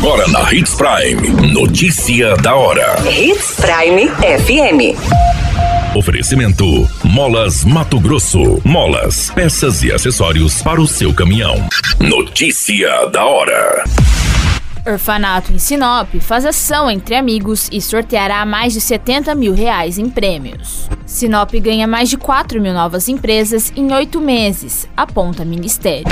Agora na Hits Prime. Notícia da hora. Hits Prime FM. Oferecimento: Molas Mato Grosso. Molas, peças e acessórios para o seu caminhão. Notícia da hora. Orfanato em Sinop faz ação entre amigos e sorteará mais de R$70 mil em prêmios. Sinop ganha mais de 4 mil novas empresas em 8 meses, aponta Ministério.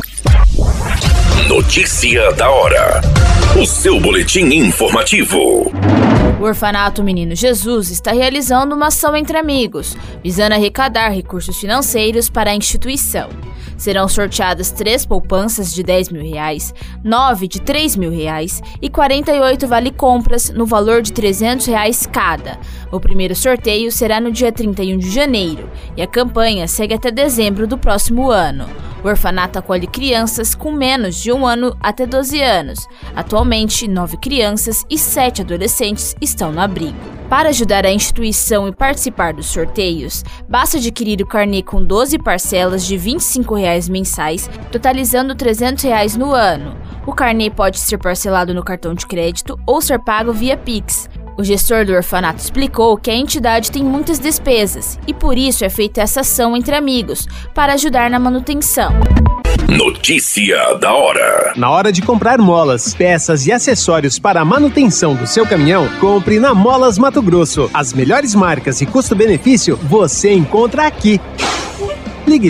Notícia da hora. O seu boletim informativo. O Orfanato Menino Jesus está realizando uma ação entre amigos, visando arrecadar recursos financeiros para a instituição. Serão sorteadas 3 poupanças de R$10 mil, 9 de R$3 mil e 48 vale-compras no valor de R$300 cada. O primeiro sorteio será no dia 31 de janeiro e a campanha segue até dezembro do próximo ano. O orfanato acolhe crianças com menos de 1 ano até 12 anos. Atualmente, 9 crianças e 7 adolescentes estão no abrigo. Para ajudar a instituição e participar dos sorteios, basta adquirir o carnê com 12 parcelas de R$25 mensais, totalizando R$300 no ano. O carnê pode ser parcelado no cartão de crédito ou ser pago via Pix. O gestor do orfanato explicou que a entidade tem muitas despesas e por isso é feita essa ação entre amigos, para ajudar na manutenção. Notícia da hora. Na hora de comprar molas, peças e acessórios para a manutenção do seu caminhão, compre na Molas Mato Grosso. As melhores marcas e custo-benefício você encontra aqui. Ligue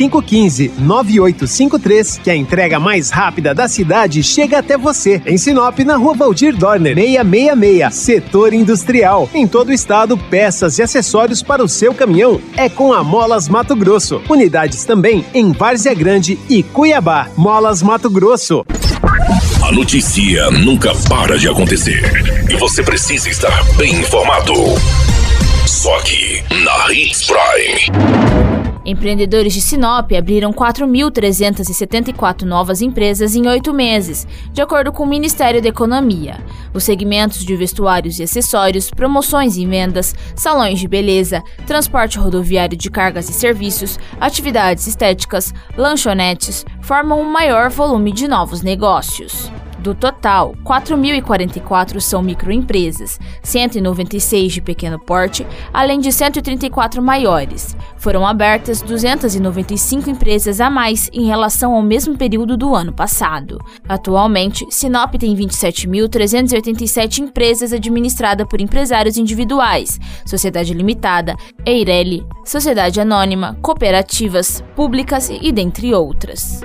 3515-9853, que a entrega mais rápida da cidade chega até você. Em Sinop, na Rua Valdir Dorner, 666, Setor Industrial. Em todo o estado, peças e acessórios para o seu caminhão é com a Molas Mato Grosso. Unidades também em Várzea Grande e Cuiabá. Molas Mato Grosso. A notícia nunca para de acontecer e você precisa estar bem informado. Só aqui, na Hits Prime. Empreendedores de Sinop abriram 4.374 novas empresas em 8 meses, de acordo com o Ministério da Economia. Os segmentos de vestuários e acessórios, promoções e vendas, salões de beleza, transporte rodoviário de cargas e serviços, atividades estéticas, lanchonetes, formam o maior volume de novos negócios. Do total, 4.044 são microempresas, 196 de pequeno porte, além de 134 maiores. Foram abertas 295 empresas a mais em relação ao mesmo período do ano passado. Atualmente, Sinop tem 27.387 empresas administradas por empresários individuais, sociedade limitada, EIRELI, sociedade anônima, cooperativas, públicas e dentre outras.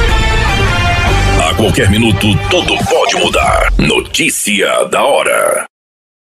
A qualquer minuto, tudo pode mudar. Notícia da hora.